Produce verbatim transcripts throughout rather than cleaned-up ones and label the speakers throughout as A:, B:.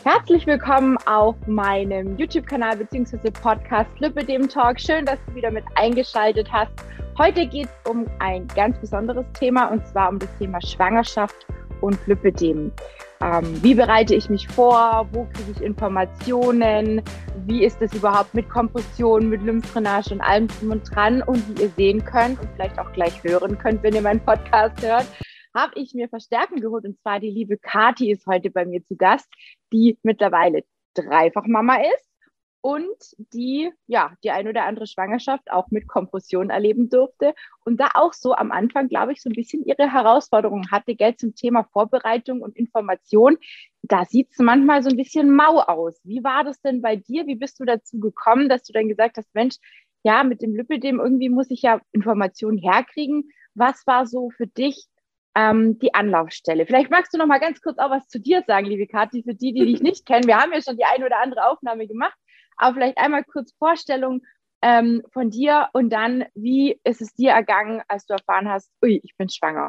A: Herzlich willkommen auf meinem YouTube-Kanal bzw. Podcast Lipödem Talk. Schön, dass du wieder mit eingeschaltet hast. Heute geht es um ein ganz besonderes Thema und zwar um das Thema Schwangerschaft und Lipödem. Ähm, wie bereite ich mich vor? Wo kriege ich Informationen? Wie ist es überhaupt mit Kompression, mit Lymphdrainage und allem drum und dran? Und wie ihr sehen könnt und vielleicht auch gleich hören könnt, wenn ihr meinen Podcast hört, habe ich mir Verstärkung geholt, und zwar die liebe Kathi ist heute bei mir zu Gast, die mittlerweile dreifach Mama ist und die ja die ein oder andere Schwangerschaft auch mit Kompression erleben durfte und da auch so am Anfang, glaube ich, so ein bisschen ihre Herausforderungen hatte, gell, zum Thema Vorbereitung und Information. Da sieht es manchmal so ein bisschen mau aus. Wie war das denn bei dir? Wie bist du dazu gekommen, dass du dann gesagt hast, Mensch, ja, mit dem Lipödem irgendwie muss ich ja Informationen herkriegen. Was war so für dich Ähm, die Anlaufstelle? Vielleicht magst du noch mal ganz kurz auch was zu dir sagen, liebe Kathi, für die, die dich nicht kennen. Wir haben ja schon die eine oder andere Aufnahme gemacht, aber vielleicht einmal kurz Vorstellung ähm, von dir und dann, wie ist es dir ergangen, als du erfahren hast, ui, ich bin schwanger?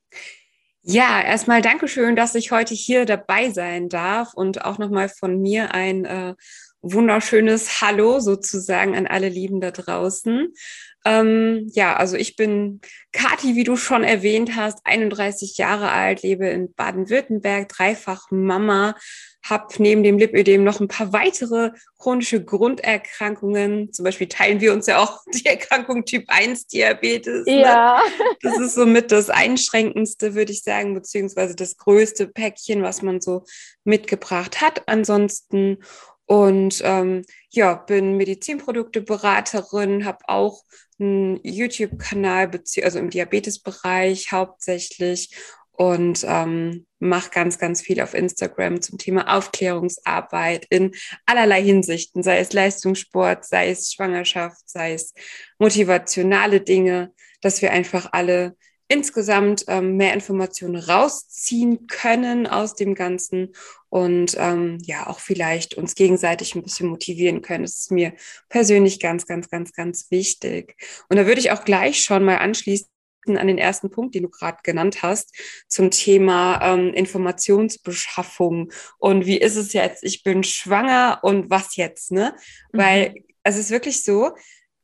B: Ja, erstmal Dankeschön, dass ich heute hier dabei sein darf und auch nochmal von mir ein äh, wunderschönes Hallo sozusagen an alle Lieben da draußen. Ähm, ja, also ich bin Kathi, wie du schon erwähnt hast, einunddreißig Jahre alt, lebe in Baden-Württemberg, dreifach Mama, habe neben dem Lipödem noch ein paar weitere chronische Grunderkrankungen. Zum Beispiel teilen wir uns ja auch die Erkrankung Typ eins Diabetes.
A: Ja.
B: Ne? Das ist somit das Einschränkendste, würde ich sagen, beziehungsweise das größte Päckchen, was man so mitgebracht hat. Ansonsten und ähm, ja, bin Medizinprodukteberaterin, habe auch einen YouTube-Kanal, also im Diabetesbereich hauptsächlich und ähm, mache ganz, ganz viel auf Instagram zum Thema Aufklärungsarbeit in allerlei Hinsichten, sei es Leistungssport, sei es Schwangerschaft, sei es motivationale Dinge, dass wir einfach alle insgesamt ähm, mehr Informationen rausziehen können aus dem Ganzen und ähm, ja auch vielleicht uns gegenseitig ein bisschen motivieren können. Das ist mir persönlich ganz, ganz, ganz, ganz wichtig. Und da würde ich auch gleich schon mal anschließen an den ersten Punkt, den du gerade genannt hast, zum Thema ähm, Informationsbeschaffung. Und wie ist es jetzt? Ich bin schwanger und was jetzt, ne? Mhm. Weil es ist wirklich so,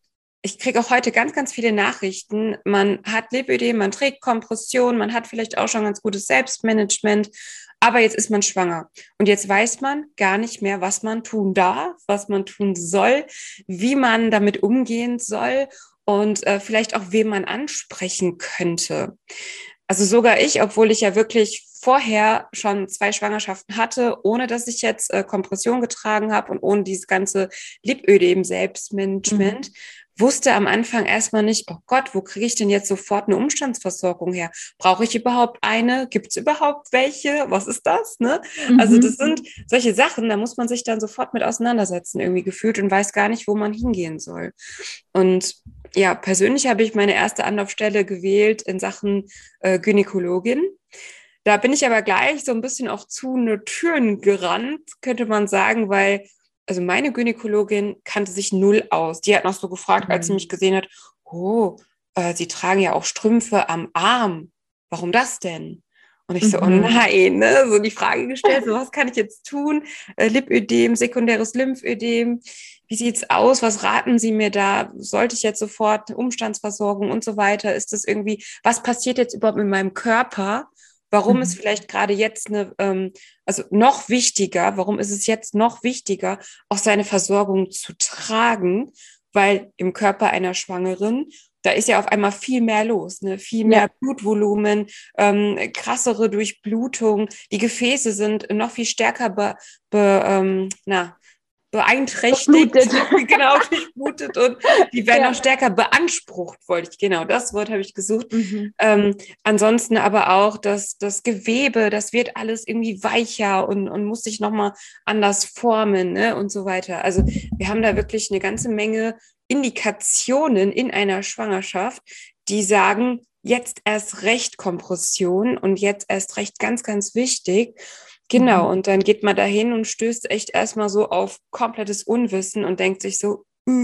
B: ich kriege auch heute ganz, ganz viele Nachrichten. Man hat Lipödem, man trägt Kompression, man hat vielleicht auch schon ganz gutes Selbstmanagement, aber jetzt ist man schwanger. Und jetzt weiß man gar nicht mehr, was man tun darf, was man tun soll, wie man damit umgehen soll und äh, vielleicht auch, wen man ansprechen könnte. Also sogar ich, obwohl ich ja wirklich vorher schon zwei Schwangerschaften hatte, ohne dass ich jetzt äh, Kompression getragen habe und ohne dieses ganze Lipödem-Selbstmanagement, mhm. wusste am Anfang erstmal nicht, oh Gott, wo kriege ich denn jetzt sofort eine Umstandsversorgung her? Brauche ich überhaupt eine? Gibt es überhaupt welche? Was ist das? Ne? Mhm. Also das sind solche Sachen, da muss man sich dann sofort mit auseinandersetzen, irgendwie gefühlt und weiß gar nicht, wo man hingehen soll. Und ja, persönlich habe ich meine erste Anlaufstelle gewählt in Sachen äh, Gynäkologin. Da bin ich aber gleich so ein bisschen auch zu eine Türen gerannt, könnte man sagen, weil also meine Gynäkologin kannte sich null aus. Die hat noch so gefragt, als sie mich gesehen hat, oh, äh, Sie tragen ja auch Strümpfe am Arm. Warum das denn? Und ich so, mhm. oh nein, ne? So die Frage gestellt, so was kann ich jetzt tun? Äh, Lipödem, sekundäres Lymphödem. Wie sieht's aus? Was raten Sie mir da? Sollte ich jetzt sofort eine Umstandsversorgung und so weiter? Ist das irgendwie, was passiert jetzt überhaupt mit meinem Körper? Warum mhm. ist vielleicht gerade jetzt eine, ähm, also noch wichtiger, warum ist es jetzt noch wichtiger, auch seine Versorgung zu tragen? Weil im Körper einer Schwangeren, da ist ja auf einmal viel mehr los, ne? Viel mehr ja. Blutvolumen, ähm, krassere Durchblutung. Die Gefäße sind noch viel stärker be, be, ähm, na, beeinträchtigt, genau, durchblutet und die werden ja. noch stärker beansprucht, wollte ich, genau, das Wort habe ich gesucht. Mhm. Ähm, ansonsten aber auch das, das Gewebe, das wird alles irgendwie weicher und, und muss sich nochmal anders formen, ne, und so weiter. Also wir haben da wirklich eine ganze Menge Indikationen in einer Schwangerschaft, die sagen, jetzt erst recht Kompression und jetzt erst recht ganz, ganz wichtig. Genau, und dann geht man dahin und stößt echt erstmal so auf komplettes Unwissen und denkt sich so,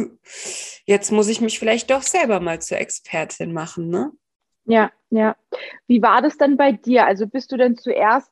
B: jetzt muss ich mich vielleicht doch selber mal zur Expertin machen, ne?
A: Ja, ja. Wie war das dann bei dir? Also bist du denn zuerst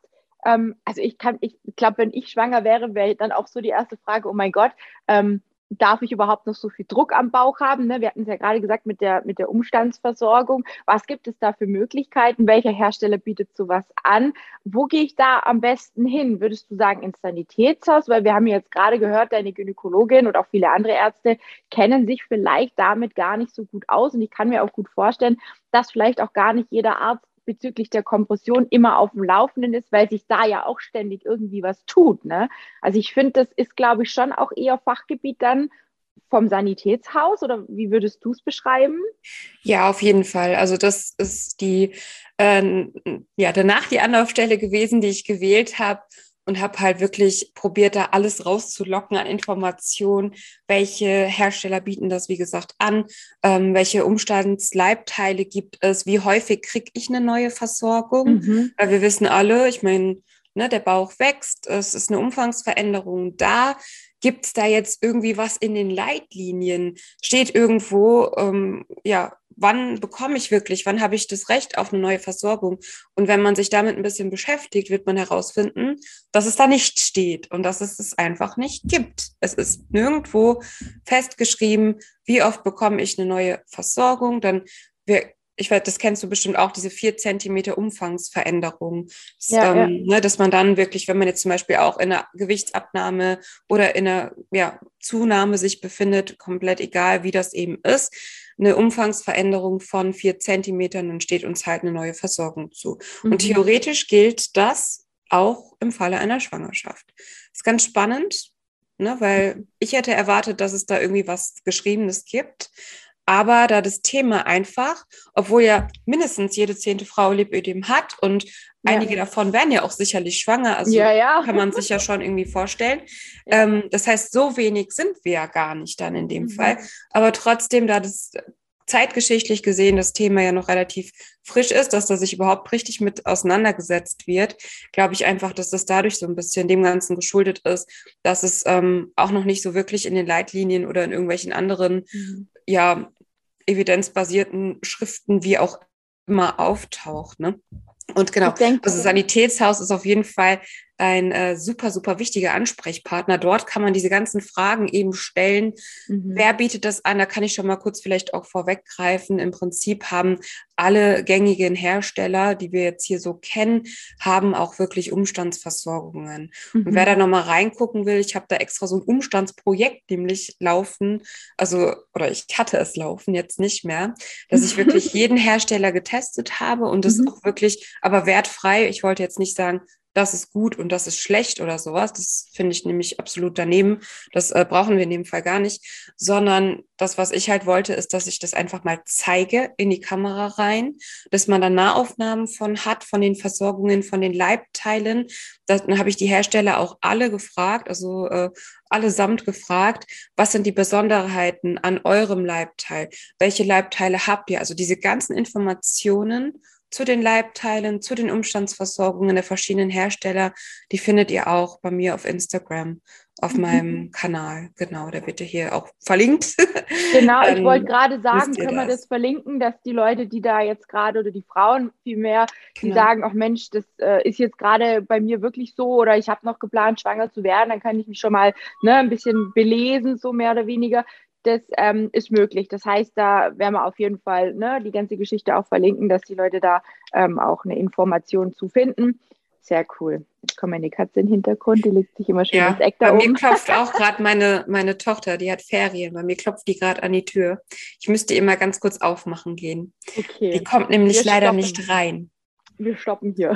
A: ähm, also ich kann, ich glaube, wenn ich schwanger wäre, wäre dann auch so die erste Frage, oh mein Gott, ähm, darf ich überhaupt noch so viel Druck am Bauch haben? Ne? Wir hatten es ja gerade gesagt mit der, mit der Umstandsversorgung. Was gibt es da für Möglichkeiten? Welcher Hersteller bietet sowas an? Wo gehe ich da am besten hin? Würdest du sagen ins Sanitätshaus? Weil wir haben jetzt gerade gehört, deine Gynäkologin und auch viele andere Ärzte kennen sich vielleicht damit gar nicht so gut aus. Und ich kann mir auch gut vorstellen, dass vielleicht auch gar nicht jeder Arzt bezüglich der Kompression immer auf dem Laufenden ist, weil sich da ja auch ständig irgendwie was tut. Ne? Also ich finde, das ist, glaube ich, schon auch eher Fachgebiet dann vom Sanitätshaus, oder wie würdest du es beschreiben?
B: Ja, auf jeden Fall. Also das ist die, äh, ja, danach die Anlaufstelle gewesen, die ich gewählt habe und habe halt wirklich probiert, da alles rauszulocken an Informationen. Welche Hersteller bieten das, wie gesagt, an? Ähm, welche Umstandsleibteile gibt es? Wie häufig kriege ich eine neue Versorgung?
A: Mhm.
B: Weil wir wissen alle, ich meine, ne, der Bauch wächst, es ist eine Umfangsveränderung da. Gibt es da jetzt irgendwie was in den Leitlinien? Steht irgendwo, ähm, ja, wann bekomme ich wirklich, wann habe ich das Recht auf eine neue Versorgung? Und wenn man sich damit ein bisschen beschäftigt, wird man herausfinden, dass es da nicht steht und dass es es einfach nicht gibt. Es ist nirgendwo festgeschrieben, wie oft bekomme ich eine neue Versorgung. Dann wir Ich weiß, das kennst du bestimmt auch, diese vier Zentimeter Umfangsveränderung. Das,
A: Ja, ja.
B: ähm, ne, dass man dann wirklich, wenn man jetzt zum Beispiel auch in einer Gewichtsabnahme oder in einer ja, Zunahme sich befindet, komplett egal, wie das eben ist, eine Umfangsveränderung von vier Zentimetern, dann steht uns halt eine neue Versorgung zu. Und
A: Mhm.
B: theoretisch gilt das auch im Falle einer Schwangerschaft. Das ist ganz spannend, ne, weil ich hätte erwartet, dass es da irgendwie was Geschriebenes gibt. Aber da das Thema einfach, obwohl ja mindestens jede zehnte Frau Lipödem hat und
A: Ja.
B: einige davon werden ja auch sicherlich schwanger, also
A: Ja, ja.
B: kann man sich ja schon irgendwie vorstellen.
A: Ja.
B: Ähm, das heißt, so wenig sind wir ja gar nicht dann in dem
A: Mhm.
B: Fall. Aber trotzdem, da das zeitgeschichtlich gesehen das Thema ja noch relativ frisch ist, dass da sich überhaupt richtig mit auseinandergesetzt wird, glaube ich einfach, dass das dadurch so ein bisschen dem Ganzen geschuldet ist, dass es ähm, auch noch nicht so wirklich in den Leitlinien oder in irgendwelchen anderen
A: Mhm.
B: ja, evidenzbasierten Schriften wie auch immer auftaucht. Ne? Und genau,
A: Ich denke,
B: also Sanitätshaus ist auf jeden Fall ein äh, super, super wichtiger Ansprechpartner. Dort kann man diese ganzen Fragen eben stellen.
A: mhm.
B: Wer bietet das an? Da kann ich schon mal kurz vielleicht auch vorweggreifen. Im Prinzip haben alle gängigen Hersteller, die wir jetzt hier so kennen, haben auch wirklich Umstandsversorgungen.
A: Mhm.
B: Und wer da nochmal reingucken will, ich habe da extra so ein Umstandsprojekt nämlich laufen, also, oder ich hatte es laufen, jetzt nicht mehr, dass ich wirklich jeden Hersteller getestet habe und das
A: Mhm.
B: auch wirklich, aber wertfrei. Ich wollte jetzt nicht sagen, das ist gut und das ist schlecht oder sowas. Das finde ich nämlich absolut daneben. Das äh, brauchen wir in dem Fall gar nicht, sondern das, was ich halt wollte, ist, dass ich das einfach mal zeige in die Kamera rein, dass man da Nahaufnahmen von hat, von den Versorgungen, von den Leibteilen. Dann habe ich die Hersteller auch alle gefragt, also äh, allesamt gefragt, was sind die Besonderheiten an eurem Leibteil? Welche Leibteile habt ihr? Also diese ganzen Informationen zu den Leibteilen, zu den Umstandsversorgungen der verschiedenen Hersteller, die findet ihr auch bei mir auf Instagram, auf meinem Kanal. Genau, der wird ja hier auch verlinkt.
A: Genau, ich wollte
B: Dann
A: gerade sagen,
B: wisst ihr
A: können wir das
B: das.
A: verlinken, dass die Leute, die da jetzt gerade, oder die Frauen vielmehr, die
B: Genau.
A: sagen, ach Mensch, das äh, ist jetzt gerade bei mir wirklich so, oder ich habe noch geplant, schwanger zu werden, dann kann ich mich schon mal ne, ein bisschen belesen, so mehr oder weniger. Das ähm, ist möglich. Das heißt, da werden wir auf jeden Fall ne, die ganze Geschichte auch verlinken, dass die Leute da ähm, auch eine Information zu finden. Sehr cool. Jetzt kommt meine Katze im Hintergrund, die legt sich immer schön ins
B: Ja,
A: Eck
B: bei
A: da
B: mir
A: oben.
B: klopft auch gerade meine, meine Tochter, die hat Ferien. Bei mir klopft die gerade an die Tür. Ich müsste immer ganz kurz aufmachen gehen. Die
A: Okay,
B: kommt nämlich
A: wir
B: leider
A: stoppen.
B: nicht rein.
A: Wir stoppen hier.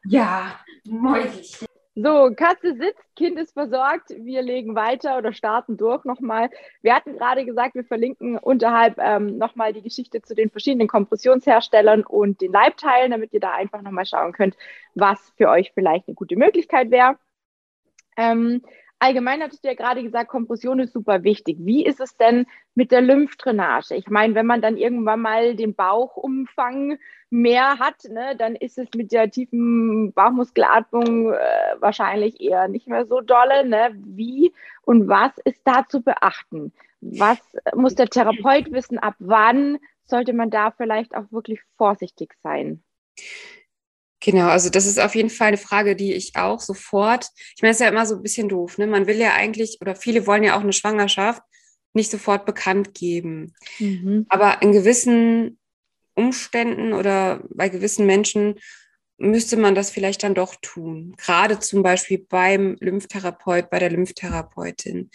B: Ja, Mäuschen.
A: So, Katze sitzt, Kind ist versorgt. Wir legen weiter oder starten durch nochmal. Wir hatten gerade gesagt, wir verlinken unterhalb ähm, nochmal die Geschichte zu den verschiedenen Kompressionsherstellern und den Leibteilen, damit ihr da einfach nochmal schauen könnt, was für euch vielleicht eine gute Möglichkeit wäre. Ähm, allgemein hattest du ja gerade gesagt, Kompression ist super wichtig. Wie ist es denn mit der Lymphdrainage? Ich meine, wenn man dann irgendwann mal den Bauchumfang mehr hat, ne, dann ist es mit der tiefen Bauchmuskelatmung äh, wahrscheinlich eher nicht mehr so dolle. Ne? Wie und was ist da zu beachten? Was muss der Therapeut wissen? Ab wann sollte man da vielleicht auch wirklich vorsichtig sein?
B: Genau, also das ist auf jeden Fall eine Frage, die ich auch sofort, ich meine, es ist ja immer so ein bisschen doof, ne? Man will ja eigentlich, oder viele wollen ja auch eine Schwangerschaft nicht sofort bekannt geben.
A: Mhm.
B: Aber in gewissen Umständen oder bei gewissen Menschen müsste man das vielleicht dann doch tun. Gerade zum Beispiel beim Lymphtherapeut, bei der Lymphtherapeutin.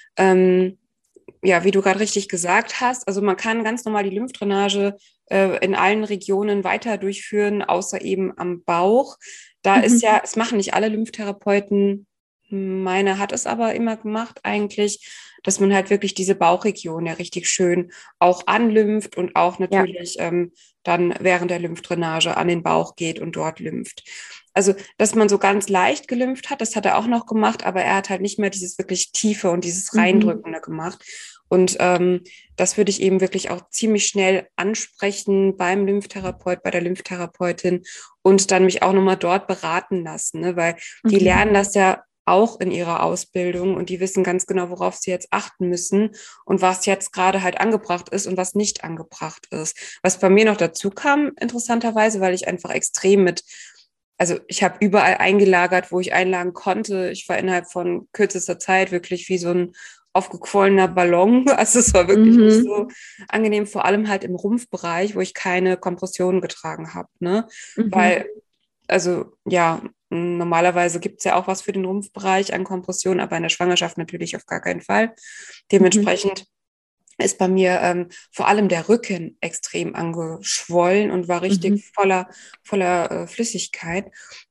B: Ähm, ja, wie du gerade richtig gesagt hast, also man kann ganz normal die Lymphdrainage äh, in allen Regionen weiter durchführen, außer eben am Bauch. Da ist
A: Mhm.
B: ja, es machen nicht alle Lymphtherapeuten, meine hat es aber immer gemacht eigentlich, dass man halt wirklich diese Bauchregion ja richtig schön auch anlympht und auch
A: Ja.
B: natürlich ähm, dann während der Lymphdrainage an den Bauch geht und dort lympht. Also, dass man so ganz leicht gelympht hat, das hat er auch noch gemacht, aber er hat halt nicht mehr dieses wirklich Tiefe und dieses
A: Mhm.
B: Reindrückende gemacht. Und ähm, das würde ich eben wirklich auch ziemlich schnell ansprechen beim Lymphtherapeut, bei der Lymftherapeutin und dann mich auch nochmal dort beraten lassen, ne? Weil die
A: Mhm.
B: lernen das ja auch in ihrer Ausbildung und die wissen ganz genau, worauf sie jetzt achten müssen und was jetzt gerade halt angebracht ist und was nicht angebracht ist. Was bei mir noch dazu kam, interessanterweise, weil ich einfach extrem mit, also ich habe überall eingelagert, wo ich einlagen konnte. Ich war innerhalb von kürzester Zeit wirklich wie so ein aufgequollener Ballon. Also es war wirklich nicht
A: Mhm.
B: so angenehm, vor allem halt im Rumpfbereich, wo ich keine Kompressionen getragen habe, ne?
A: Mhm.
B: Weil, also ja, normalerweise gibt es ja auch was für den Rumpfbereich an Kompression, aber in der Schwangerschaft natürlich auf gar keinen Fall.
A: Mhm.
B: Dementsprechend ist bei mir ähm, vor allem der Rücken extrem angeschwollen und war
A: Mhm.
B: richtig voller, voller äh, Flüssigkeit.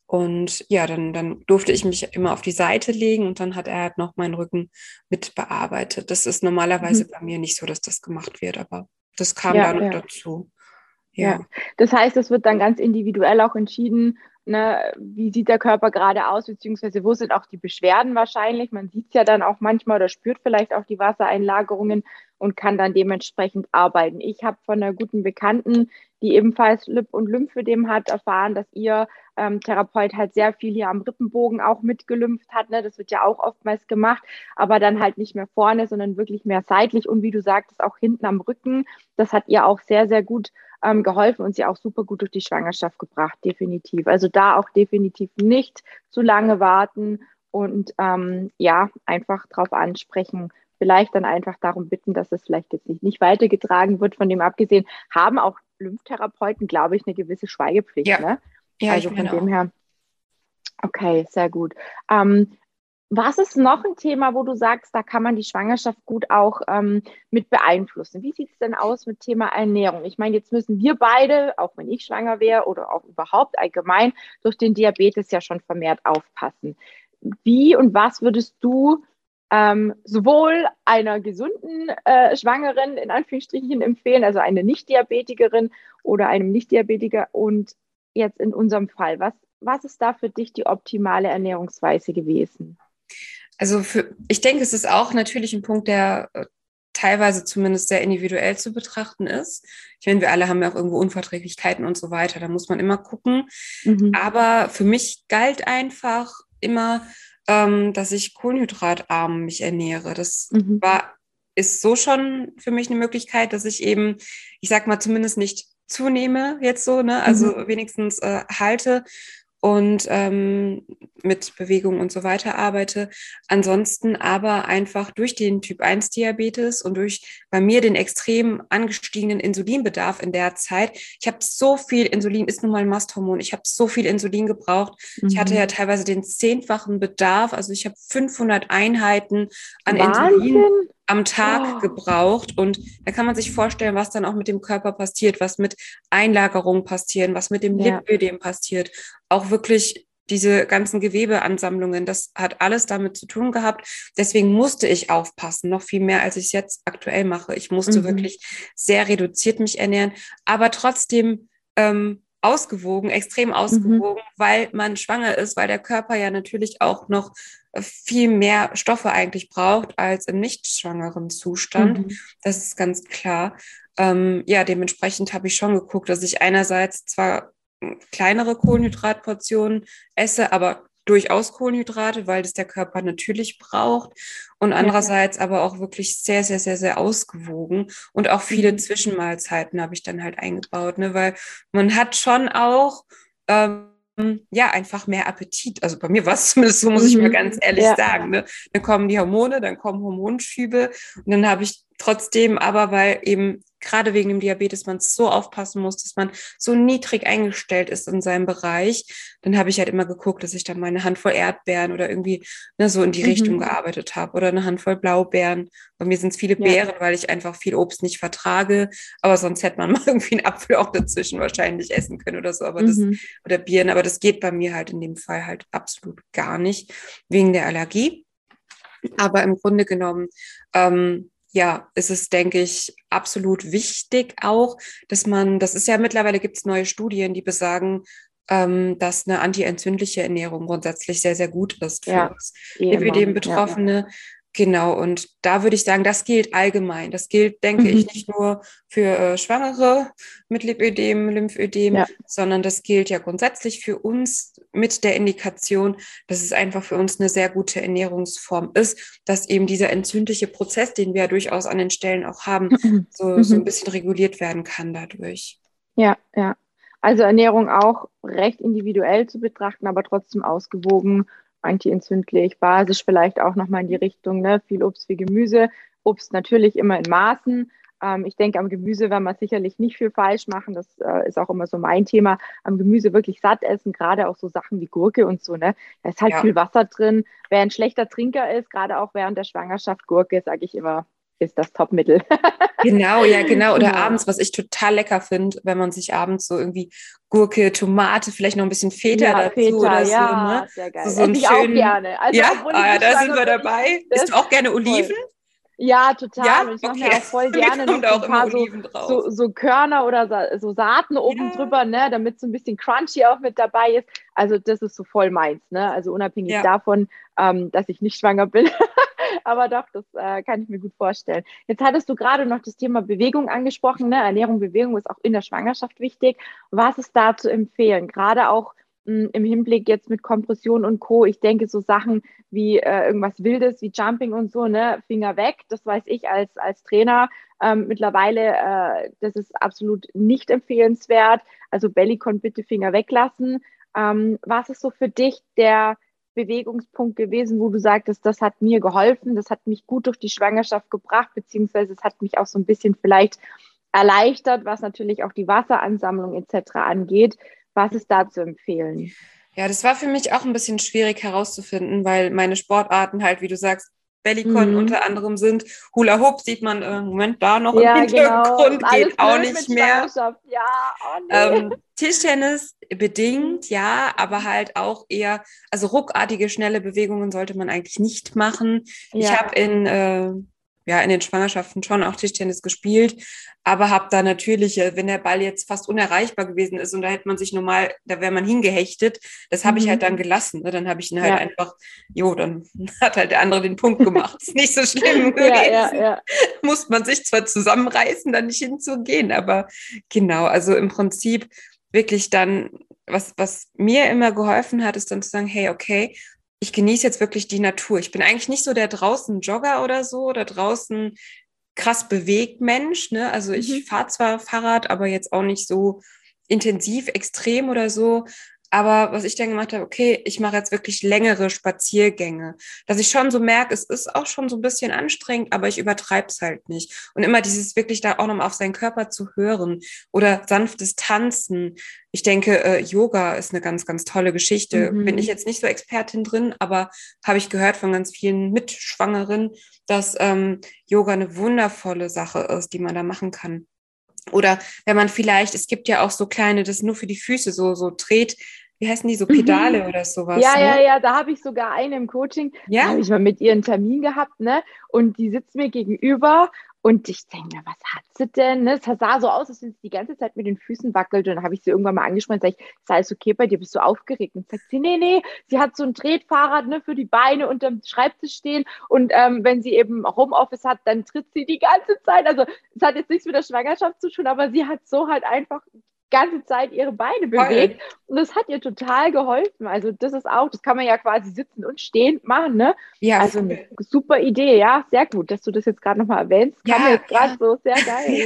B: Und ja, dann, dann durfte ich mich immer auf die Seite legen und dann hat er halt noch meinen Rücken mit bearbeitet. Das ist normalerweise
A: Mhm.
B: bei mir nicht so, dass das gemacht wird, aber das kam
A: Ja,
B: da noch
A: ja.
B: dazu.
A: Ja,
B: Ja.
A: das heißt, es wird dann ganz individuell auch entschieden, ne, wie sieht der Körper gerade aus, beziehungsweise wo sind auch die Beschwerden wahrscheinlich. Man sieht es ja dann auch manchmal oder spürt vielleicht auch die Wassereinlagerungen und kann dann dementsprechend arbeiten. Ich habe von einer guten Bekannten, die ebenfalls Lip- und Lymphödem hat, erfahren, dass ihr ähm, Therapeut halt sehr viel hier am Rippenbogen auch mitgelümpft hat. Ne? Das wird ja auch oftmals gemacht, aber dann halt nicht mehr vorne, sondern wirklich mehr seitlich und wie du sagtest, auch hinten am Rücken. Das hat ihr auch sehr, sehr gut ähm, geholfen und sie auch super gut durch die Schwangerschaft gebracht, definitiv. Also da auch definitiv nicht zu lange warten und ähm, ja, einfach drauf ansprechen. Vielleicht dann einfach darum bitten, dass es vielleicht jetzt nicht, nicht weitergetragen wird. Von dem abgesehen haben auch Lymphtherapeuten, glaube ich, eine gewisse Schweigepflicht.
B: Ja,
A: Ne?
B: ja, ich
A: Also von
B: meine
A: dem
B: auch.
A: her, okay, sehr gut. Ähm, was ist noch ein Thema, wo du sagst, da kann man die Schwangerschaft gut auch ähm, mit beeinflussen? Wie sieht es denn aus mit Thema Ernährung? Ich meine, jetzt müssen wir beide, auch wenn ich schwanger wäre oder auch überhaupt allgemein, durch den Diabetes ja schon vermehrt aufpassen. Wie und was würdest du ähm, sowohl einer gesunden äh, Schwangeren in Anführungsstrichen empfehlen, also eine Nicht-Diabetikerin oder einem Nicht-Diabetiker und jetzt in unserem Fall, was, was ist da für dich die optimale Ernährungsweise gewesen?
B: Also für, ich denke, es ist auch natürlich ein Punkt, der äh, teilweise zumindest sehr individuell zu betrachten ist. Ich meine, wir alle haben ja auch irgendwo Unverträglichkeiten und so weiter. Da muss man immer gucken.
A: Mhm.
B: Aber für mich galt einfach immer, ähm, dass ich kohlenhydratarm mich ernähre. Das
A: Mhm.
B: war, ist so schon für mich eine Möglichkeit, dass ich eben, ich sag mal, zumindest nicht zunehme jetzt so, ne? Also
A: Mhm.
B: wenigstens äh, halte und ähm, mit Bewegung und so weiter arbeite. Ansonsten aber einfach durch den Typ eins Diabetes und durch bei mir den extrem angestiegenen Insulinbedarf in der Zeit. Ich habe so viel Insulin, ist nun mal ein Masthormon. Ich habe so viel Insulin gebraucht. Ich hatte ja
A: Mhm.
B: teilweise den zehnfachen Bedarf. Also ich habe fünfhundert Einheiten an Insulin
A: Wahnsinn.
B: am Tag
A: Oh,
B: gebraucht. Und da kann man sich vorstellen, was dann auch mit dem Körper passiert, was mit Einlagerungen passieren, was mit dem
A: ja.
B: Lipödem passiert. Auch wirklich diese ganzen Gewebeansammlungen, das hat alles damit zu tun gehabt. Deswegen musste ich aufpassen, noch viel mehr, als ich es jetzt aktuell mache. Ich musste
A: Mhm.
B: wirklich sehr reduziert mich ernähren, aber trotzdem ähm, ausgewogen, extrem
A: Mhm.
B: ausgewogen, weil man schwanger ist, weil der Körper ja natürlich auch noch viel mehr Stoffe eigentlich braucht als im nicht schwangeren Zustand.
A: Mhm.
B: Das ist ganz klar. Ähm, ja, dementsprechend habe ich schon geguckt, dass ich einerseits zwar kleinere Kohlenhydratportionen esse, aber durchaus Kohlenhydrate, weil das der Körper natürlich braucht. Und
A: Ja.
B: andererseits aber auch wirklich sehr, sehr, sehr, sehr ausgewogen. Und auch viele
A: Mhm.
B: Zwischenmahlzeiten habe ich dann halt eingebaut, ne? Weil man hat schon auch ähm, ja, einfach mehr Appetit. Also bei mir war es zumindest so, muss ich mir
A: Mhm.
B: ganz ehrlich
A: Ja.
B: sagen. Ne? Dann kommen die Hormone, dann kommen Hormonschübe und dann habe ich trotzdem aber, weil eben gerade wegen dem Diabetes man so aufpassen muss, dass man so niedrig eingestellt ist in seinem Bereich, dann habe ich halt immer geguckt, dass ich dann mal eine Handvoll Erdbeeren oder irgendwie ne, so in die
A: Mhm.
B: Richtung gearbeitet habe oder eine Handvoll Blaubeeren. Bei mir sind es viele
A: Ja.
B: Beeren, weil ich einfach viel Obst nicht vertrage, aber sonst hätte man mal irgendwie einen Apfel auch dazwischen wahrscheinlich essen können oder so, aber das
A: Mhm.
B: oder Birnen, aber das geht bei mir halt in dem Fall halt absolut gar nicht wegen der Allergie. Aber im Grunde genommen, ähm, ja, ist es, denke ich, absolut wichtig auch, dass man, das ist ja mittlerweile gibt es neue Studien, die besagen, ähm, dass eine antientzündliche Ernährung grundsätzlich sehr, sehr gut ist für
A: Ja,
B: uns
A: eh immer.
B: Lipödem-Betroffene. Genau, und da würde ich sagen, das gilt allgemein. Das gilt, denke
A: Mhm.
B: ich, nicht nur für äh, Schwangere mit Lipödem, Lymphödem,
A: Ja.
B: sondern das gilt ja grundsätzlich für uns mit der Indikation, dass es einfach für uns eine sehr gute Ernährungsform ist, dass eben dieser entzündliche Prozess, den wir ja durchaus an den Stellen auch haben, so, so ein
A: Mhm.
B: bisschen reguliert werden kann dadurch.
A: Ja, ja. Also Ernährung auch recht individuell zu betrachten, aber trotzdem ausgewogen, antientzündlich, basisch vielleicht auch nochmal in die Richtung, ne? Viel Obst, viel Gemüse. Obst natürlich immer in Maßen. Ähm, ich denke, am Gemüse werden wir sicherlich nicht viel falsch machen. Das äh, ist auch immer so mein Thema. Am Gemüse wirklich satt essen, gerade auch so Sachen wie Gurke und so, ne? Da ist halt
B: Ja.
A: viel Wasser drin. Wer ein schlechter Trinker ist, gerade auch während der Schwangerschaft, Gurke, sage ich immer, ist das Topmittel.
B: Genau, ja, genau. Oder
A: Genau.
B: abends, was ich total lecker finde, wenn man sich abends so irgendwie Gurke, Tomate, vielleicht noch ein bisschen Feta
A: Ja,
B: dazu
A: Feta,
B: oder so,
A: ja,
B: ne?
A: sehr
B: So,
A: geil.
B: so einen
A: Esse ich auch
B: schönen,
A: gerne. Also,
B: ja,
A: obwohl ich
B: ah, ja,
A: nicht
B: da sind
A: schwanger
B: wir
A: bin, ich
B: dabei.
A: liebe
B: Isst
A: das
B: du auch gerne
A: voll.
B: Oliven?
A: Ja, total.
B: Ja,
A: Und ich mache mir
B: okay.
A: auch voll
B: Mir
A: gerne
B: kommen
A: noch
B: da
A: so
B: auch
A: ein
B: immer
A: paar so,
B: Oliven drauf.
A: so, so Körner oder Sa so Saaten oben
B: Ja,
A: drüber, ne, damit so ein bisschen crunchy auch mit dabei ist. Also das ist so voll meins, ne? Also unabhängig
B: ja.
A: davon, ähm, dass ich nicht schwanger bin. Aber doch, das äh, kann ich mir gut vorstellen. Jetzt hattest du gerade noch das Thema Bewegung angesprochen, ne? Ernährung, Bewegung ist auch in der Schwangerschaft wichtig. Was ist da zu empfehlen? Gerade auch mh, im Hinblick jetzt mit Kompression und Co. Ich denke, so Sachen wie äh, irgendwas Wildes, wie Jumping und so, ne? Finger weg. Das weiß ich als, als Trainer. Ähm, mittlerweile, äh, das ist absolut nicht empfehlenswert. Also Bellycon bitte Finger weglassen. Ähm, was ist so für dich der Bewegungspunkt gewesen, wo du sagtest, das hat mir geholfen, das hat mich gut durch die Schwangerschaft gebracht, beziehungsweise es hat mich auch so ein bisschen vielleicht erleichtert, was natürlich auch die Wasseransammlung et cetera angeht. Was ist da zu empfehlen?
B: Ja, das war für mich auch ein bisschen schwierig herauszufinden, weil meine Sportarten halt, wie du sagst, Bellycon
A: Mhm.
B: unter anderem sind. Hula Hoop sieht man äh, im Moment da noch im
A: Ja, genau. Ist
B: Hintergrund,
A: alles
B: geht auch
A: blöd
B: nicht
A: mit
B: mehr.
A: Schwangerschaft. Ja, oh nee.
B: Ähm, Tischtennis bedingt, ja, aber halt auch eher, also ruckartige, schnelle Bewegungen sollte man eigentlich nicht machen. Ich
A: Ja,
B: habe in, äh, ja, in den Schwangerschaften schon auch Tischtennis gespielt, aber habe da natürlich, äh, wenn der Ball jetzt fast unerreichbar gewesen ist und da hätte man sich normal, da wäre man hingehechtet, das habe ich halt
A: mhm.
B: dann gelassen. Ne? Dann habe ich ihn halt
A: Ja,
B: einfach, jo, dann hat halt der andere den Punkt gemacht. Ist nicht so schlimm
A: ja, ja,
B: gewesen.
A: ja.
B: Muss man sich zwar zusammenreißen, da nicht hinzugehen, aber genau, also im Prinzip wirklich dann, was, was mir immer geholfen hat, ist dann zu sagen, hey, okay, ich genieße jetzt wirklich die Natur. Ich bin eigentlich nicht so der draußen Jogger oder so, oder draußen krass bewegt Mensch, ne? Also
A: Mhm.
B: ich fahre zwar Fahrrad, aber jetzt auch nicht so intensiv, extrem oder so. Aber was ich dann gemacht habe, okay, ich mache jetzt wirklich längere Spaziergänge, dass ich schon so merke, es ist auch schon so ein bisschen anstrengend, aber ich übertreibe es halt nicht. Und immer dieses wirklich da auch nochmal auf seinen Körper zu hören oder sanftes Tanzen. Ich denke, äh, Yoga ist eine ganz, ganz tolle Geschichte. Bin ich
A: Mhm.
B: jetzt nicht so Expertin drin, aber habe ich gehört von ganz vielen Mitschwangeren, dass ähm, Yoga eine wundervolle Sache ist, die man da machen kann. Oder wenn man vielleicht, es gibt ja auch so kleine, das nur für die Füße, so, so dreht, wie heißen die, so
A: Mhm.
B: Pedale oder sowas,
A: Ja, ja,
B: ne?
A: ja, da habe ich sogar eine im Coaching, da
B: Ja?
A: habe ich mal mit ihr einen Termin gehabt, ne? Und die sitzt mir gegenüber und ich denke mir, was hat sie denn? Ne? Es sah so aus, als wenn sie die ganze Zeit mit den Füßen wackelt. Und dann habe ich sie irgendwann mal angesprochen, sage ich, ist alles okay bei dir, bist du aufgeregt? Und sagt sie, nee, nee, sie hat so ein Tretfahrrad, ne, für die Beine unterm Schreibtisch stehen. Und ähm, wenn sie eben Homeoffice hat, dann tritt sie die ganze Zeit. Also es hat jetzt nichts mit der Schwangerschaft zu tun, aber sie hat so halt einfach ganze Zeit ihre Beine
B: Voll.
A: bewegt und das hat ihr total geholfen. Also das ist auch, das kann man ja quasi sitzen und stehend machen, ne?
B: Ja,
A: Also eine
B: voll.
A: super Idee, ja, sehr gut, dass du das jetzt gerade nochmal erwähnst. Kam mir
B: Ja,
A: jetzt gerade
B: ja.
A: so sehr geil, ja.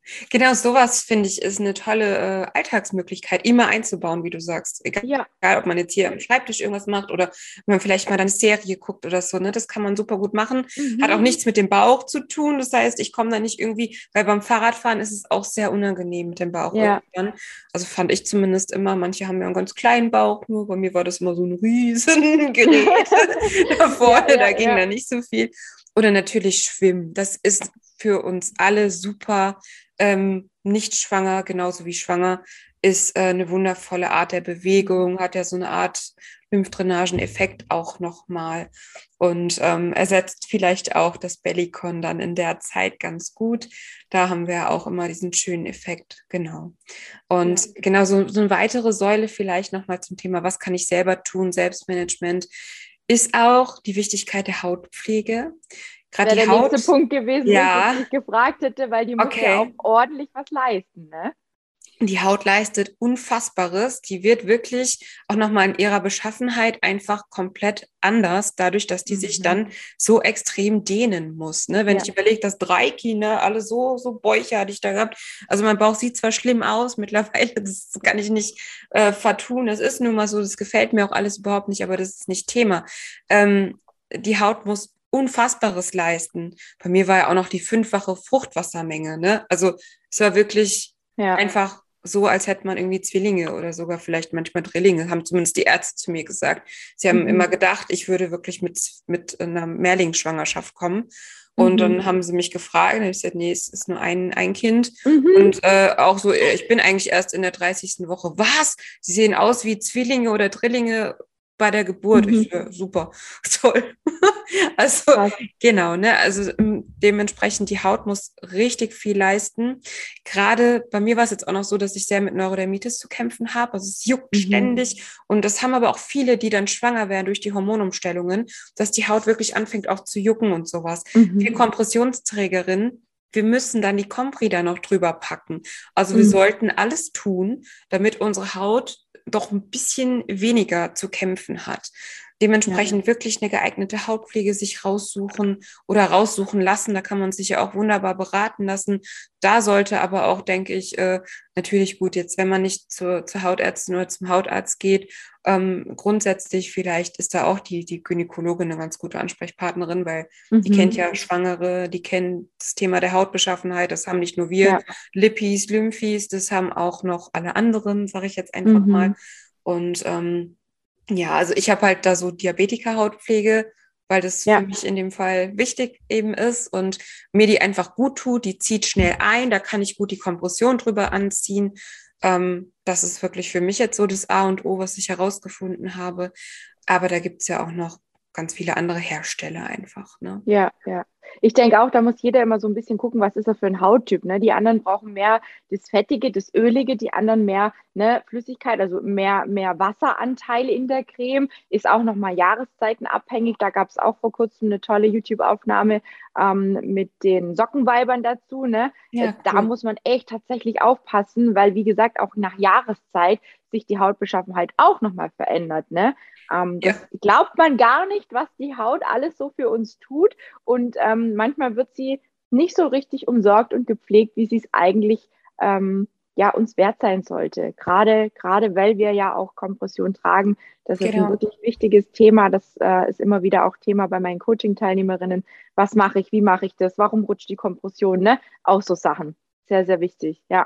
B: Genau, sowas finde ich ist eine tolle äh, Alltagsmöglichkeit, immer einzubauen, wie du sagst. Egal,
A: Ja.
B: egal, ob man jetzt hier am Schreibtisch irgendwas macht oder wenn man vielleicht mal eine Serie guckt oder so, ne? Das kann man super gut machen. Hat auch
A: Mhm.
B: nichts mit dem Bauch zu tun. Das heißt, ich komme da nicht irgendwie, weil beim Fahrradfahren ist es auch sehr unangenehm mit dem Bauch
A: Ja.
B: irgendwann. Also fand ich zumindest immer, manche haben ja einen ganz kleinen Bauch, nur bei mir war das immer so ein riesen Gerät da vorne,
A: Ja, ja,
B: da ging
A: ja.
B: da nicht so viel. Oder natürlich Schwimmen. Das ist für uns alle super. Ähm, nicht schwanger, genauso wie schwanger, ist äh, eine wundervolle Art der Bewegung, hat ja so eine Art Lymphdrainagen-Effekt auch nochmal und ähm, ersetzt vielleicht auch das Bellycon dann in der Zeit ganz gut. Da haben wir auch immer diesen schönen Effekt, genau. Und
A: Ja.
B: genau so, so eine weitere Säule vielleicht nochmal zum Thema, was kann ich selber tun, Selbstmanagement, ist auch die Wichtigkeit der Hautpflege. Gerade
A: Wäre
B: die
A: der nächste
B: Haut,
A: Punkt gewesen, wo ich jetzt
B: ja,
A: dich gefragt hätte, weil die muss ja auch
B: okay.
A: ordentlich was leisten, ne?
B: Die Haut leistet Unfassbares. Die wird wirklich auch nochmal in ihrer Beschaffenheit einfach komplett anders, dadurch, dass die sich
A: Mhm.
B: dann so extrem dehnen muss. Ne? Wenn
A: Ja.
B: ich überlege, dass drei Kinder alle so, so Bäuche hatte ich da gehabt. Also mein Bauch sieht zwar schlimm aus mittlerweile, das kann ich nicht äh, vertun. Das ist nun mal so, das gefällt mir auch alles überhaupt nicht, aber das ist nicht Thema. Ähm, die Haut muss Unfassbares leisten. Bei mir war ja auch noch die fünffache Fruchtwassermenge. Ne? Also es war wirklich
A: Ja.
B: einfach so, als hätte man irgendwie Zwillinge oder sogar vielleicht manchmal Drillinge, haben zumindest die Ärzte zu mir gesagt. Sie haben
A: Mhm.
B: immer gedacht, ich würde wirklich mit, mit einer Mehrlingsschwangerschaft kommen. Und
A: Mhm.
B: dann haben sie mich gefragt, und ich gesagt, nee, es ist nur ein, ein Kind.
A: Mhm.
B: Und äh, auch so, ich bin eigentlich erst in der dreißigsten Woche. Was? Sie sehen aus wie Zwillinge oder Drillinge bei der Geburt.
A: Mhm.
B: Ich so, super, toll. Also
A: Krass.
B: genau, ne? Also ähm, dementsprechend die Haut muss richtig viel leisten. Gerade bei mir war es jetzt auch noch so, dass ich sehr mit Neurodermitis zu kämpfen habe. Also es juckt
A: Mhm.
B: ständig. Und das haben aber auch viele, die dann schwanger werden durch die Hormonumstellungen, dass die Haut wirklich anfängt auch zu jucken und sowas.
A: Mhm.
B: Wir Kompressionsträgerinnen, wir müssen dann die Compri da noch drüber packen. Also wir
A: Mhm.
B: sollten alles tun, damit unsere Haut doch ein bisschen weniger zu kämpfen hat. Dementsprechend ja. wirklich eine geeignete Hautpflege sich raussuchen oder raussuchen lassen. Da kann man sich ja auch wunderbar beraten lassen. Da sollte aber auch, denke ich, äh, natürlich gut, jetzt wenn man nicht zur, zur Hautärztin oder zum Hautarzt geht, ähm, grundsätzlich vielleicht ist da auch die, die Gynäkologin eine ganz gute Ansprechpartnerin, weil
A: Mhm.
B: die kennt ja Schwangere, die kennt das Thema der Hautbeschaffenheit, das haben nicht nur wir,
A: Ja.
B: Lippis, Lymphis, das haben auch noch alle anderen, sage ich jetzt einfach
A: Mhm.
B: mal. Und ähm, ja, also ich habe halt da so Diabetiker-Hautpflege, weil das
A: Ja.
B: für mich in dem Fall wichtig eben ist und mir die einfach gut tut. Die zieht schnell ein, da kann ich gut die Kompression drüber anziehen. Ähm, das ist wirklich für mich jetzt so das A und O, was ich herausgefunden habe. Aber da gibt es ja auch noch ganz viele andere Hersteller einfach. Ne?
A: Ja, ja. Ich denke auch, da muss jeder immer so ein bisschen gucken, was ist er für ein Hauttyp. Ne? Die anderen brauchen mehr das Fettige, das Ölige, die anderen mehr ne, Flüssigkeit, also mehr, mehr Wasseranteil in der Creme. Ist auch nochmal jahreszeitenabhängig. Da gab es auch vor kurzem eine tolle YouTube-Aufnahme ähm, mit den Sockenweibern dazu. Ne?
B: Ja,
A: Da
B: cool.
A: muss man echt tatsächlich aufpassen, weil, wie gesagt, auch nach Jahreszeit sich die Hautbeschaffenheit auch nochmal verändert. Ne? Ähm,
B: Ja.
A: das glaubt man gar nicht, was die Haut alles so für uns tut. Und ähm, manchmal wird sie nicht so richtig umsorgt und gepflegt, wie sie es eigentlich ähm, ja, uns wert sein sollte. Gerade, gerade weil wir ja auch Kompression tragen. Das ist ein
B: Genau.
A: wirklich wichtiges Thema. Das äh, ist immer wieder auch Thema bei meinen Coaching-Teilnehmerinnen. Was mache ich? Wie mache ich das? Warum rutscht die Kompression? Ne? Auch so Sachen. Sehr, sehr wichtig. Ja.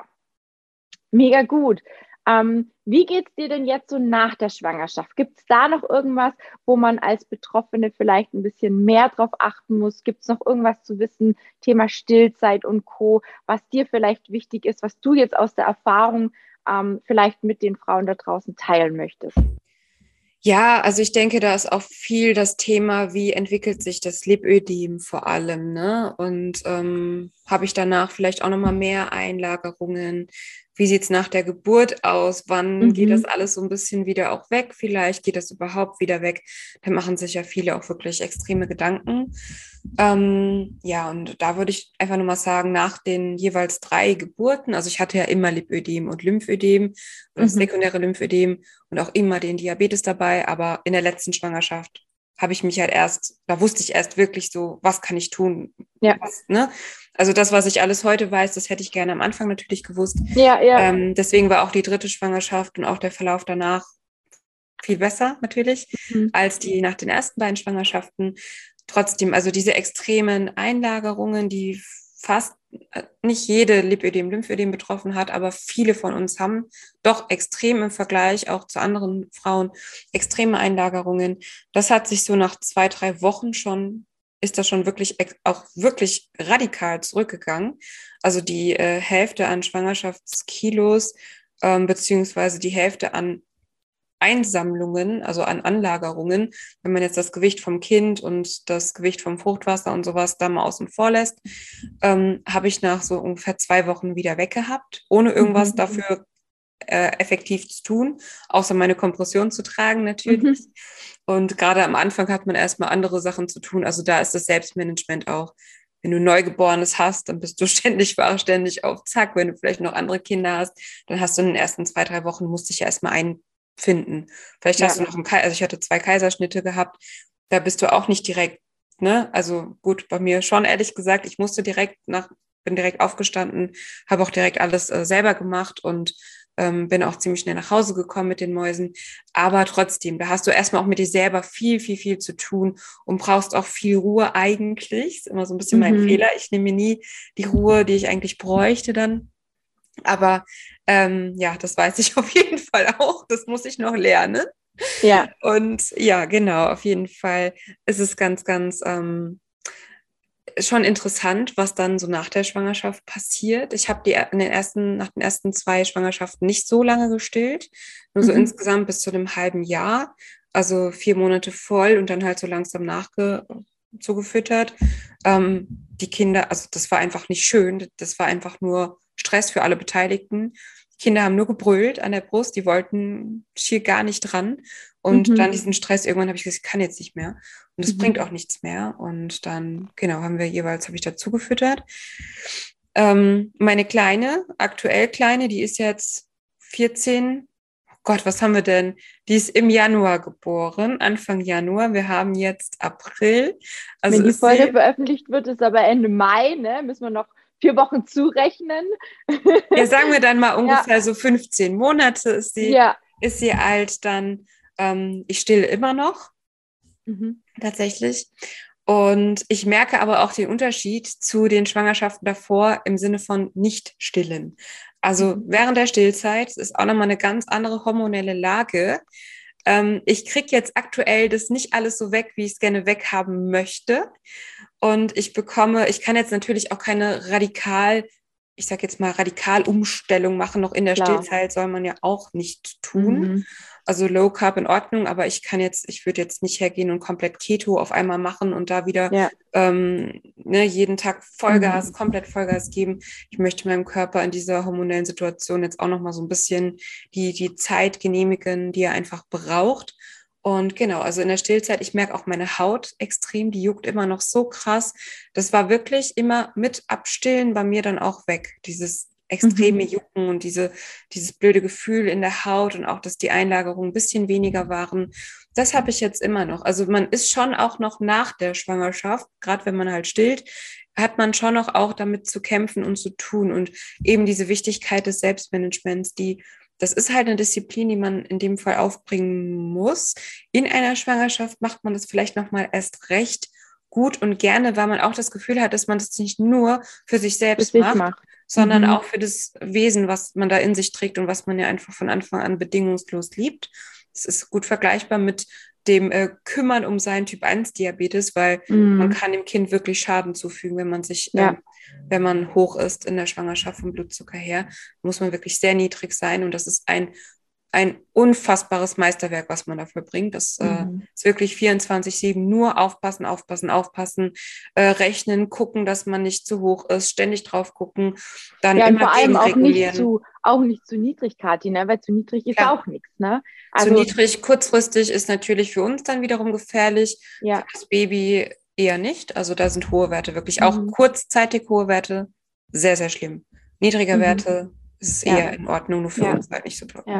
A: Mega gut. Ähm, wie geht's dir denn jetzt so nach der Schwangerschaft? Gibt es da noch irgendwas, wo man als Betroffene vielleicht ein bisschen mehr drauf achten muss? Gibt es noch irgendwas zu wissen, Thema Stillzeit und Co., was dir vielleicht wichtig ist, was du jetzt aus der Erfahrung ähm, vielleicht mit den Frauen da draußen teilen möchtest?
B: Ja, also ich denke, da ist auch viel das Thema, wie entwickelt sich das Lipödem vor allem, ne? Und ähm, habe ich danach vielleicht auch nochmal mehr Einlagerungen? Wie sieht's nach der Geburt aus? Wann geht das
A: Mhm.
B: alles so ein bisschen wieder auch weg? Vielleicht geht das überhaupt wieder weg. Da machen sich ja viele auch wirklich extreme Gedanken. Ähm, ja, und da würde ich einfach nur mal sagen, nach den jeweils drei Geburten, also ich hatte ja immer Lipödem und Lymphödem oder das
A: Mhm.
B: sekundäre Lymphödem und auch immer den Diabetes dabei, aber in der letzten Schwangerschaft habe ich mich halt erst, da wusste ich erst wirklich so, was kann ich tun,
A: Ja.
B: was, ne? Also das, was ich alles heute weiß, das hätte ich gerne am Anfang natürlich gewusst.
A: Ja, ja.
B: Ähm, deswegen war auch die dritte Schwangerschaft und auch der Verlauf danach viel besser natürlich
A: Mhm.
B: als die nach den ersten beiden Schwangerschaften. Trotzdem, also diese extremen Einlagerungen, die fast nicht jede Lipödem, Lymphödem betroffen hat, aber viele von uns haben doch extrem im Vergleich auch zu anderen Frauen extreme Einlagerungen. Das hat sich so nach zwei, drei Wochen schon, ist das schon wirklich auch wirklich radikal zurückgegangen. Also die äh, Hälfte an Schwangerschaftskilos ähm, beziehungsweise die Hälfte an Einsammlungen, also an Anlagerungen, wenn man jetzt das Gewicht vom Kind und das Gewicht vom Fruchtwasser und sowas da mal außen vor lässt, ähm, habe ich nach so ungefähr zwei Wochen wieder weggehabt, ohne irgendwas mhm. dafür äh, effektiv zu tun, außer meine Kompression zu tragen natürlich. Mhm. Und gerade am Anfang hat man erstmal andere Sachen zu tun, also da ist das Selbstmanagement auch. Wenn du Neugeborenes hast, dann bist du ständig, war ständig auf Zack. Wenn du vielleicht noch andere Kinder hast, dann hast du in den ersten zwei, drei Wochen, musst dich ja erstmal ein finden. Vielleicht ja. hast du noch einen Kaiser, also ich hatte zwei Kaiserschnitte gehabt, da bist du auch nicht direkt, ne, also gut, bei mir schon, ehrlich gesagt, ich musste direkt nach, bin direkt aufgestanden, habe auch direkt alles äh, selber gemacht und ähm, bin auch ziemlich schnell nach Hause gekommen mit den Mäusen, aber trotzdem, da hast du erstmal auch mit dir selber viel, viel, viel zu tun und brauchst auch viel Ruhe eigentlich, ist immer so ein bisschen mhm. mein Fehler, ich nehme mir nie die Ruhe, die ich eigentlich bräuchte dann. Aber ähm, ja, das weiß ich auf jeden Fall auch. Das muss ich noch lernen.
A: Ja.
B: Und ja, genau, auf jeden Fall ist es ganz, ganz ähm, schon interessant, was dann so nach der Schwangerschaft passiert. Ich habe die in den ersten, nach den ersten zwei Schwangerschaften nicht so lange gestillt, nur so mhm. insgesamt bis zu einem halben Jahr, also vier Monate voll und dann halt so langsam nachge zugefüttert. Ähm, die Kinder, also das war einfach nicht schön, das war einfach nur Stress für alle Beteiligten. Die Kinder haben nur gebrüllt an der Brust, die wollten schier gar nicht dran. Und mhm. dann diesen Stress, irgendwann habe ich gesagt, ich kann jetzt nicht mehr. Und es mhm. bringt auch nichts mehr. Und dann, genau, haben wir jeweils, habe ich dazu gefüttert. Ähm, meine Kleine, aktuell Kleine, die ist jetzt vierzehn. Oh Gott, was haben wir denn? Die ist im Januar geboren, Anfang Januar. Wir haben jetzt April. Also
A: wenn die Folge veröffentlicht wird, ist aber Ende Mai, ne? Müssen wir noch vier Wochen zurechnen.
B: Ja, sagen wir dann mal ungefähr ja. so fünfzehn Monate ist sie,
A: ja.
B: ist sie alt. Dann, ähm, ich stille immer noch, mhm. tatsächlich. Und ich merke aber auch den Unterschied zu den Schwangerschaften davor im Sinne von nicht stillen. Also mhm. während der Stillzeit ist auch nochmal eine ganz andere hormonelle Lage. Ähm, ich kriege jetzt aktuell das nicht alles so weg, wie ich es gerne weghaben möchte. Und ich bekomme, ich kann jetzt natürlich auch keine radikal, ich sage jetzt mal Radikalumstellung machen. Noch in der Klar. Stillzeit soll man ja auch nicht tun. Mhm. Also Low Carb in Ordnung, aber ich kann jetzt, ich würde jetzt nicht hergehen und komplett Keto auf einmal machen und da wieder ja. ähm, ne, jeden Tag Vollgas, mhm. komplett Vollgas geben. Ich möchte meinem Körper in dieser hormonellen Situation jetzt auch nochmal so ein bisschen die, die Zeit genehmigen, die er einfach braucht. Und genau, also in der Stillzeit, ich merke auch meine Haut extrem, die juckt immer noch so krass. Das war wirklich immer mit Abstillen bei mir dann auch weg, dieses extreme mhm. Jucken und diese, dieses blöde Gefühl in der Haut und auch, dass die Einlagerungen ein bisschen weniger waren. Das habe ich jetzt immer noch. Also man ist schon auch noch nach der Schwangerschaft, gerade wenn man halt stillt, hat man schon noch auch damit zu kämpfen und zu tun. Und eben diese Wichtigkeit des Selbstmanagements, die das ist halt eine Disziplin, die man in dem Fall aufbringen muss. In einer Schwangerschaft macht man das vielleicht nochmal erst recht gut und gerne, weil man auch das Gefühl hat, dass man das nicht nur für sich selbst
A: für sich
B: macht,
A: macht,
B: sondern
A: mhm.
B: auch für das Wesen, was man da in sich trägt und was man ja einfach von Anfang an bedingungslos liebt. Es ist gut vergleichbar mit dem äh, Kümmern um seinen Typ eins Diabetes, weil mhm. man kann dem Kind wirklich Schaden zufügen, wenn man sich, ja. ähm, wenn man hoch ist in der Schwangerschaft vom Blutzucker her, muss man wirklich sehr niedrig sein und das ist ein, ein unfassbares Meisterwerk, was man da vollbringt. Das mhm. äh, ist wirklich vierundzwanzig sieben nur aufpassen, aufpassen, aufpassen, äh, rechnen, gucken, dass man nicht zu hoch ist, ständig drauf gucken, dann
A: ja,
B: immer
A: vor allem auch nicht zu, auch nicht zu niedrig, Kathi, ne? Weil zu niedrig ist Klar. auch nichts. Ne?
B: Also, zu niedrig, kurzfristig ist natürlich für uns dann wiederum gefährlich,
A: ja.
B: für das Baby eher nicht. Also da sind hohe Werte wirklich auch mhm. kurzzeitig hohe Werte sehr, sehr schlimm. Niedrige mhm. Werte ist es eher ja. in Ordnung, nur für ja. uns halt nicht so toll.
A: Ja.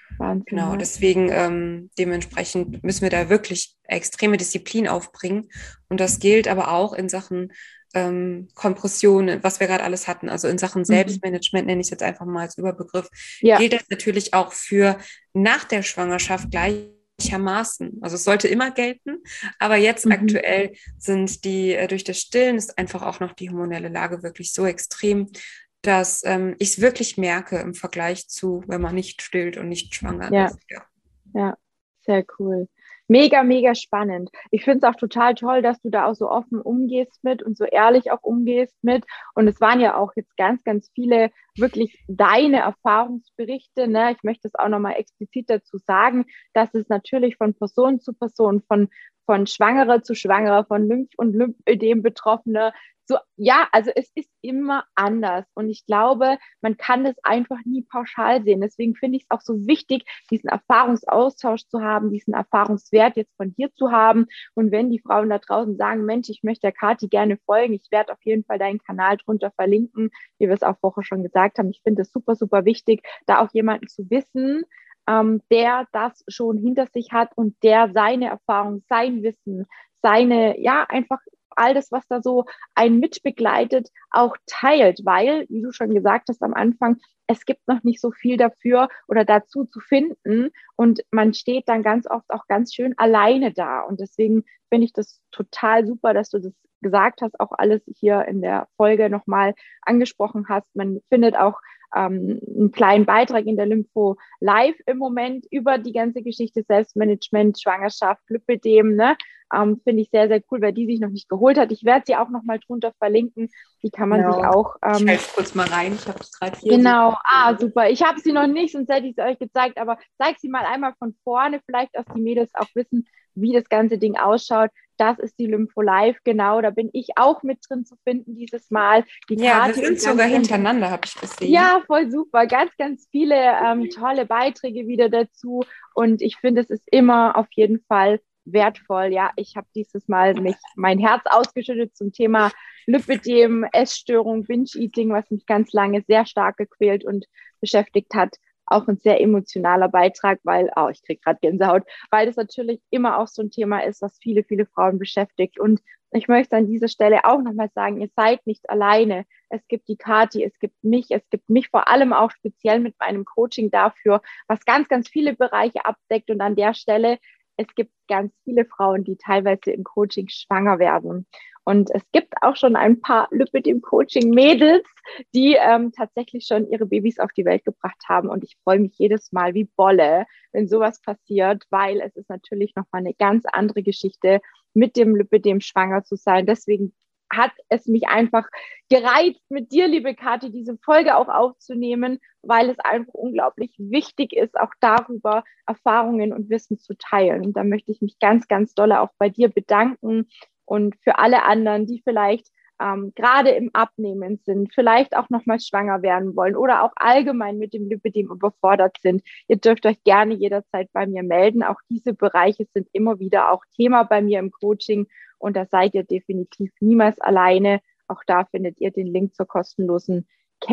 A: Wahnsinn,
B: Genau,
A: ja.
B: deswegen ähm, dementsprechend müssen wir da wirklich extreme Disziplin aufbringen. Und das gilt aber auch in Sachen ähm, Kompression, was wir gerade alles hatten, also in Sachen
A: Mhm.
B: Selbstmanagement, nenne ich es jetzt einfach mal als Überbegriff,
A: Ja.
B: gilt das natürlich auch für nach der Schwangerschaft gleichermaßen. Also es sollte immer gelten, aber jetzt
A: Mhm.
B: aktuell sind die, äh, durch das Stillen ist einfach auch noch die hormonelle Lage wirklich so extrem, dass ähm, ich es wirklich merke im Vergleich zu, wenn man nicht stillt und nicht schwanger
A: Ja.
B: ist. Ja.
A: Ja, sehr cool. Mega, mega spannend. Ich finde es auch total toll, dass du da auch so offen umgehst mit und so ehrlich auch umgehst mit. Und es waren ja auch jetzt ganz, ganz viele wirklich deine Erfahrungsberichte. Ne? Ich möchte es auch nochmal explizit dazu sagen, dass es natürlich von Person zu Person, von, von Schwangere zu Schwangere, von Lymph- und Lymphödem-Betroffene, so, ja, also es ist immer anders. Und ich glaube, man kann das einfach nie pauschal sehen. Deswegen finde ich es auch so wichtig, diesen Erfahrungsaustausch zu haben, diesen Erfahrungswert jetzt von dir zu haben. Und wenn die Frauen da draußen sagen, Mensch, ich möchte der Kathi gerne folgen, ich werde auf jeden Fall deinen Kanal drunter verlinken, wie wir es auch vorher schon gesagt haben. Ich finde es super, super wichtig, da auch jemanden zu wissen, ähm, der das schon hinter sich hat und der seine Erfahrung, sein Wissen, seine, ja, einfach all das, was da so einen mitbegleitet, auch teilt, weil, wie du schon gesagt hast am Anfang, es gibt noch nicht so viel dafür oder dazu zu finden und man steht dann ganz oft auch ganz schön alleine da. Und deswegen finde ich das total super, dass du das gesagt hast, auch alles hier in der Folge nochmal angesprochen hast. Man findet auch ähm, einen kleinen Beitrag in der Lympho Live im Moment über die ganze Geschichte Selbstmanagement, Schwangerschaft, Lipödem, ne? Ähm, finde ich sehr, sehr cool, wer die sich noch nicht geholt hat. Ich werde sie auch nochmal drunter verlinken. Die kann man sich
B: Genau.
A: auch.
B: Ich
A: Ähm,
B: halte kurz mal rein. Ich habe es gerade hier.
A: genau, ah, super. Ich habe sie noch nicht, sonst hätte ich es euch gezeigt, aber zeig sie mal einmal von vorne, vielleicht, dass die Mädels auch wissen, wie das ganze Ding ausschaut. Das ist die Lympho Live, genau. Da bin ich auch mit drin zu finden dieses Mal. Die
B: Ja, wir
A: Kathi
B: sind
A: und ganz,
B: sogar
A: ganz
B: hintereinander, habe ich gesehen.
A: ja, voll super. Ganz, ganz viele ähm, tolle Beiträge wieder dazu. Und ich finde, es ist immer auf jeden Fall wertvoll. Ja, ich habe dieses Mal mich mein Herz ausgeschüttet zum Thema Lipödem, Essstörung, Binge-Eating, was mich ganz lange sehr stark gequält und beschäftigt hat. Auch ein sehr emotionaler Beitrag, weil, oh, ich kriege gerade Gänsehaut, weil das natürlich immer auch so ein Thema ist, was viele, viele Frauen beschäftigt. Und ich möchte an dieser Stelle auch nochmal sagen, ihr seid nicht alleine. Es gibt die Kathi, es gibt mich, es gibt mich vor allem auch speziell mit meinem Coaching dafür, was ganz, ganz viele Bereiche abdeckt. Und an der Stelle, es gibt ganz viele Frauen, die teilweise im Coaching schwanger werden. Und es gibt auch schon ein paar Lipödem-Coaching-Mädels, die ähm, tatsächlich schon ihre Babys auf die Welt gebracht haben. Und ich freue mich jedes Mal wie Bolle, wenn sowas passiert, weil es ist natürlich nochmal eine ganz andere Geschichte, mit dem Lipödem schwanger zu sein. Deswegen hat es mich einfach gereizt, mit dir, liebe Kathi, diese Folge auch aufzunehmen, weil es einfach unglaublich wichtig ist, auch darüber Erfahrungen und Wissen zu teilen. Und da möchte ich mich ganz, ganz doll auch bei dir bedanken und für alle anderen, die vielleicht ähm, gerade im Abnehmen sind, vielleicht auch nochmal schwanger werden wollen oder auch allgemein mit dem Lipödem überfordert sind. Ihr dürft euch gerne jederzeit bei mir melden. Auch diese Bereiche sind immer wieder auch Thema bei mir im Coaching und da seid ihr definitiv niemals alleine. Auch da findet ihr den Link zur kostenlosen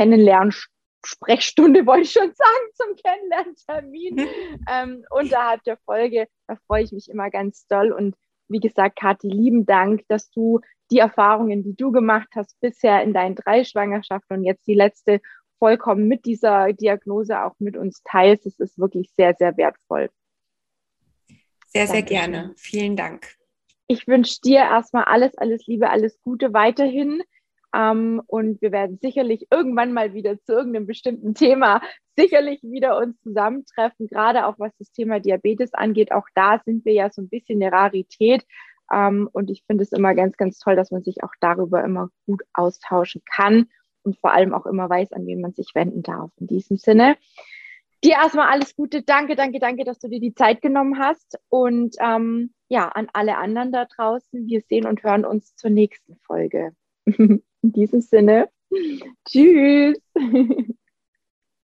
A: Kennenlernsprechstunde, wollte ich schon sagen, zum Kennenlerntermin ähm, unterhalb der Folge. Da freue ich mich immer ganz doll. Und wie gesagt, Kathi, lieben Dank, dass du die Erfahrungen, die du gemacht hast bisher in deinen drei Schwangerschaften und jetzt die letzte vollkommen mit dieser Diagnose auch mit uns teilst. Es ist wirklich sehr, sehr wertvoll.
B: Sehr, sehr Dankeschön. Gerne. Vielen Dank.
A: Ich wünsche dir erstmal alles, alles Liebe, alles Gute weiterhin. Ähm, und wir werden sicherlich irgendwann mal wieder zu irgendeinem bestimmten Thema sicherlich wieder uns zusammentreffen, gerade auch was das Thema Diabetes angeht. Auch da sind wir ja so ein bisschen eine Rarität. Ähm, und ich finde es immer ganz, ganz toll, dass man sich auch darüber immer gut austauschen kann und vor allem auch immer weiß, an wen man sich wenden darf. In diesem Sinne, dir erstmal alles Gute. Danke, danke, danke, dass du dir die Zeit genommen hast. Und ähm, ja, an alle anderen da draußen, wir sehen und hören uns zur nächsten Folge. In diesem Sinne, tschüss.